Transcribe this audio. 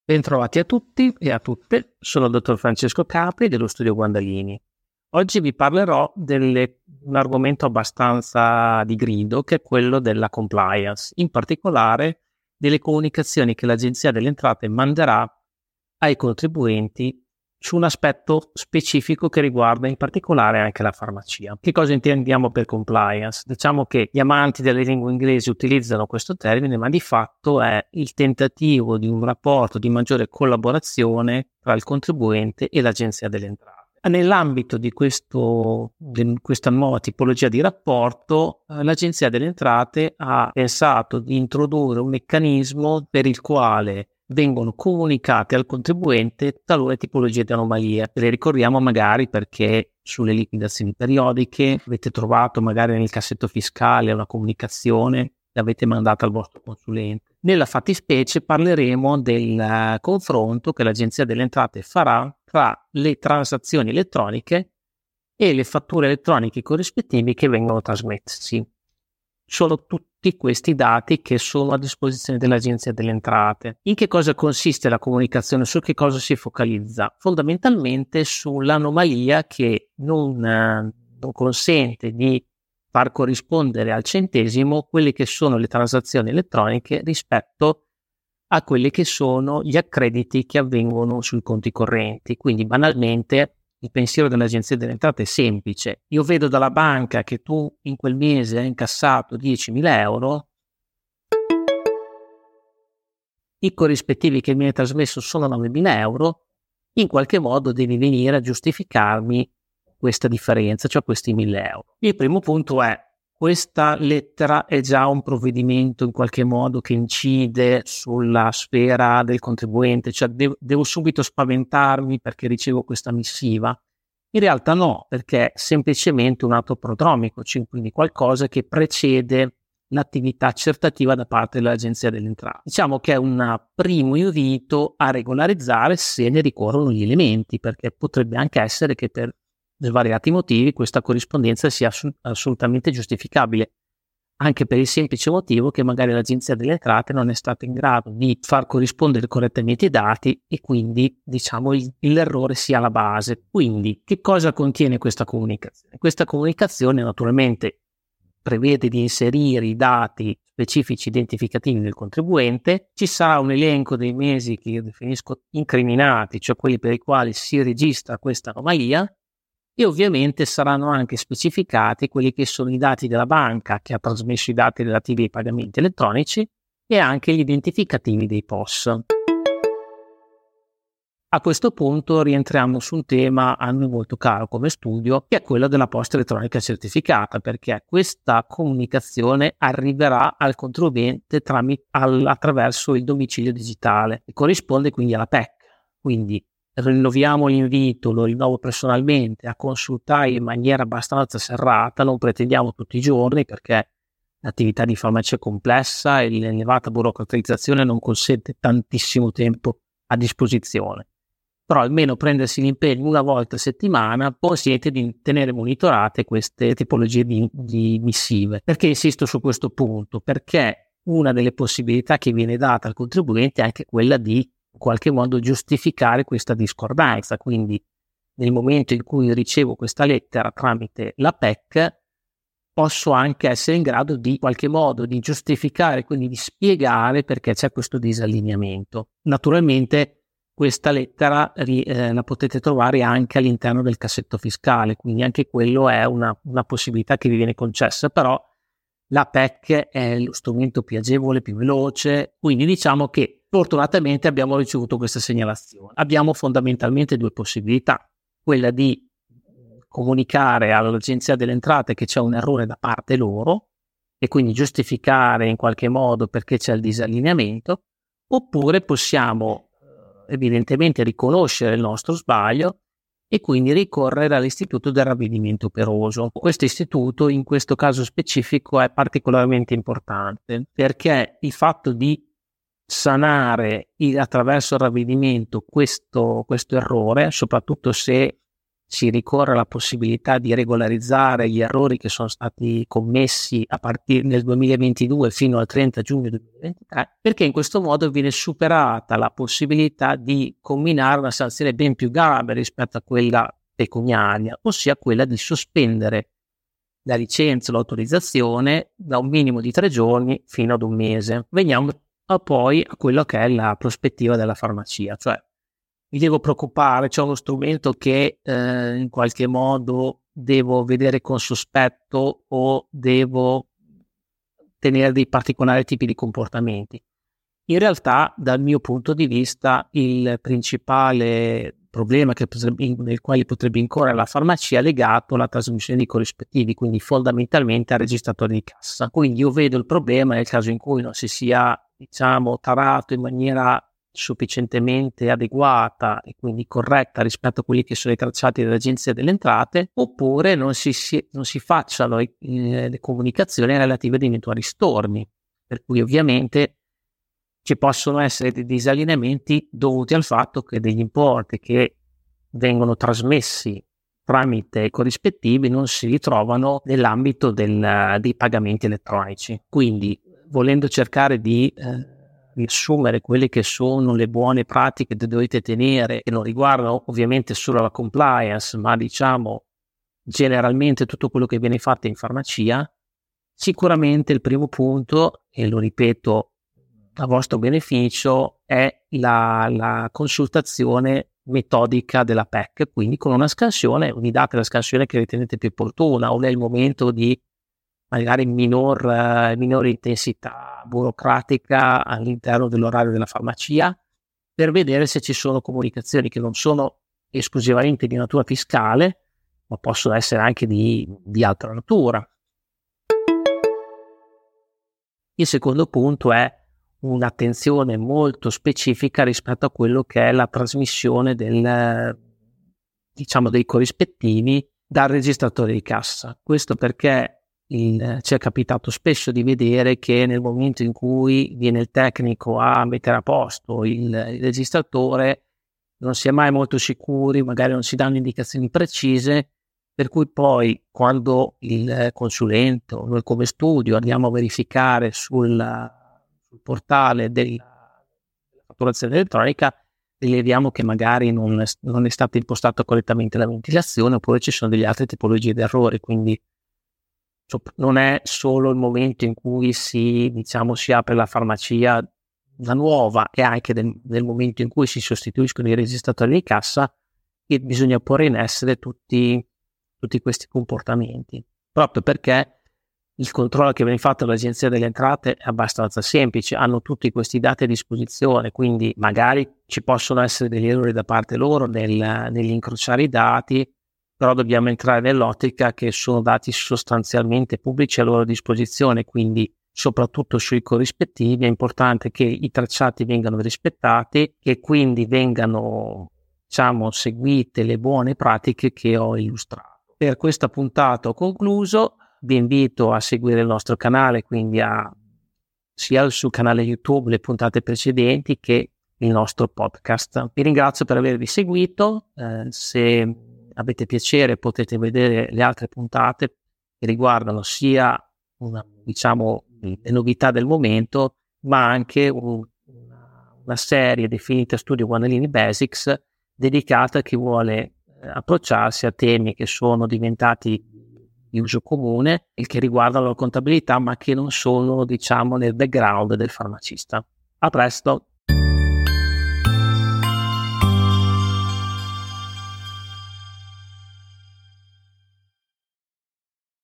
Bentrovati a tutti e a tutte, sono il dottor Francesco Capri dello studio Guandalini. Oggi vi parlerò di un argomento abbastanza di grido, che è quello della compliance, in particolare delle comunicazioni che l'Agenzia delle Entrate manderà ai contribuenti su un aspetto specifico che riguarda in particolare anche la farmacia. Che cosa intendiamo per compliance? Diciamo che gli amanti delle lingue inglesi utilizzano questo termine, ma di fatto è il tentativo di un rapporto di maggiore collaborazione tra il contribuente e l'Agenzia delle Entrate. Nell'ambito di questa nuova tipologia di rapporto, l'Agenzia delle Entrate ha pensato di introdurre un meccanismo per il quale vengono comunicate al contribuente talune tipologie di anomalie. Le ricordiamo magari perché sulle liquidazioni periodiche avete trovato magari nel cassetto fiscale una comunicazione, l'avete mandata al vostro consulente. Nella fattispecie parleremo del confronto che l'Agenzia delle Entrate farà tra le transazioni elettroniche e le fatture elettroniche corrispettivi che vengono trasmessi. Sono tutti questi dati che sono a disposizione dell'Agenzia delle Entrate. In che cosa consiste la comunicazione? Su che cosa si focalizza? Fondamentalmente sull'anomalia che non consente di far corrispondere al centesimo quelle che sono le transazioni elettroniche rispetto a quelli che sono gli accrediti che avvengono sui conti correnti. Quindi banalmente il pensiero dell'Agenzia delle Entrate è semplice. Io vedo dalla banca che tu in quel mese hai incassato 10.000 euro, i corrispettivi che mi hai trasmesso sono 9.000 euro, in qualche modo devi venire a giustificarmi questa differenza, cioè questi 1.000 euro. Il primo punto è: questa lettera è già un provvedimento in qualche modo che incide sulla sfera del contribuente, cioè devo subito spaventarmi perché ricevo questa missiva? In realtà no, perché è semplicemente un atto prodromico, cioè quindi qualcosa che precede l'attività accertativa da parte dell'Agenzia delle Entrate. Diciamo che è un primo invito a regolarizzare se ne ricorrono gli elementi, perché potrebbe anche essere che per svariati motivi questa corrispondenza sia assolutamente giustificabile, anche per il semplice motivo che magari l'Agenzia delle Entrate non è stata in grado di far corrispondere correttamente i dati e quindi diciamo l'errore sia la base. Quindi che cosa contiene questa comunicazione? Questa comunicazione naturalmente prevede di inserire i dati specifici identificativi del contribuente, ci sarà un elenco dei mesi che io definisco incriminati, cioè quelli per i quali si registra questa anomalia, e ovviamente saranno anche specificati quelli che sono i dati della banca che ha trasmesso i dati relativi ai pagamenti elettronici e anche gli identificativi dei POS. A questo punto rientriamo su un tema a noi molto caro come studio, che è quello della posta elettronica certificata, perché questa comunicazione arriverà al contribuente attraverso il domicilio digitale e corrisponde quindi alla PEC. Quindi rinnoviamo l'invito, lo rinnovo personalmente, a consultare in maniera abbastanza serrata, non pretendiamo tutti i giorni perché l'attività di farmacia è complessa e l'elevata burocratizzazione non consente tantissimo tempo a disposizione. Però almeno prendersi l'impegno una volta a settimana consente di tenere monitorate queste tipologie di missive. Perché insisto su questo punto? Perché una delle possibilità che viene data al contribuente è anche quella di in qualche modo giustificare questa discordanza. Quindi nel momento in cui ricevo questa lettera tramite la PEC posso anche essere in grado di in qualche modo di giustificare, quindi di spiegare perché c'è questo disallineamento. Naturalmente questa lettera la potete trovare anche all'interno del cassetto fiscale, quindi anche quello è una possibilità che vi viene concessa, però la PEC è lo strumento più agevole, più veloce, quindi diciamo che fortunatamente abbiamo ricevuto questa segnalazione. Abbiamo fondamentalmente due possibilità: quella di comunicare all'Agenzia delle Entrate che c'è un errore da parte loro e quindi giustificare in qualche modo perché c'è il disallineamento, oppure possiamo evidentemente riconoscere il nostro sbaglio e quindi ricorrere all'istituto del ravvedimento operoso. Questo istituto in questo caso specifico è particolarmente importante perché il fatto di sanare attraverso il ravvedimento questo errore, soprattutto se si ricorre alla possibilità di regolarizzare gli errori che sono stati commessi a partire nel 2022 fino al 30 giugno 2023, perché in questo modo viene superata la possibilità di comminare una sanzione ben più grave rispetto a quella pecuniaria, ossia quella di sospendere la licenza o l'autorizzazione da un minimo di 3 giorni fino ad un mese. Veniamo poi a quello che è la prospettiva della farmacia, cioè mi devo preoccupare, c'è uno strumento che in qualche modo devo vedere con sospetto o devo tenere dei particolari tipi di comportamenti. In realtà, dal mio punto di vista, il principale problema nel quale potrebbe incorrere la farmacia è legato alla trasmissione di corrispettivi, quindi fondamentalmente al registratore di cassa. Quindi io vedo il problema nel caso in cui non si sia, tarato in maniera sufficientemente adeguata e quindi corretta rispetto a quelli che sono i tracciati dell'Agenzia delle Entrate, oppure non si facciano le comunicazioni relative ad eventuali storni, per cui ovviamente ci possono essere dei disallineamenti dovuti al fatto che degli importi che vengono trasmessi tramite corrispettivi non si ritrovano nell'ambito dei pagamenti elettronici. Quindi, volendo cercare di riassumere quelle che sono le buone pratiche che dovete tenere, che non riguardano ovviamente solo la compliance, ma generalmente tutto quello che viene fatto in farmacia, sicuramente il primo punto, e lo ripeto a vostro beneficio, è la consultazione metodica della PEC, quindi con una scansione, mi date la scansione che ritenete più opportuna o nel momento di magari minore intensità burocratica all'interno dell'orario della farmacia, per vedere se ci sono comunicazioni che non sono esclusivamente di natura fiscale, ma possono essere anche di altra natura. Il secondo punto è un'attenzione molto specifica rispetto a quello che è la trasmissione dei corrispettivi dal registratore di cassa. Questo perché ci è capitato spesso di vedere che nel momento in cui viene il tecnico a mettere a posto il registratore non si è mai molto sicuri, magari non si danno indicazioni precise, per cui poi quando il consulente o noi come studio andiamo a verificare sul portale della fatturazione elettronica, rileviamo che magari non è stata impostata correttamente la ventilazione, oppure ci sono delle altre tipologie di errori. Quindi non è solo il momento in cui si apre la farmacia, la nuova, e anche nel momento in cui si sostituiscono i registratori di cassa, che bisogna porre in essere tutti questi comportamenti, proprio perché il controllo che viene fatto dall'Agenzia delle Entrate è abbastanza semplice, hanno tutti questi dati a disposizione, quindi magari ci possono essere degli errori da parte loro negli incrociare i dati, però dobbiamo entrare nell'ottica che sono dati sostanzialmente pubblici a loro disposizione, quindi soprattutto sui corrispettivi è importante che i tracciati vengano rispettati e quindi vengano seguite le buone pratiche che ho illustrato. Per questa puntata ho concluso, vi invito a seguire il nostro canale, quindi sia sul canale YouTube le puntate precedenti che il nostro podcast. Vi ringrazio per avervi seguito, se avete piacere potete vedere le altre puntate che riguardano sia le novità del momento, ma anche una serie definita Studio Guanellini Basics, dedicata a chi vuole approcciarsi a temi che sono diventati di uso comune e che riguardano la contabilità, ma che non sono nel background del farmacista. A presto!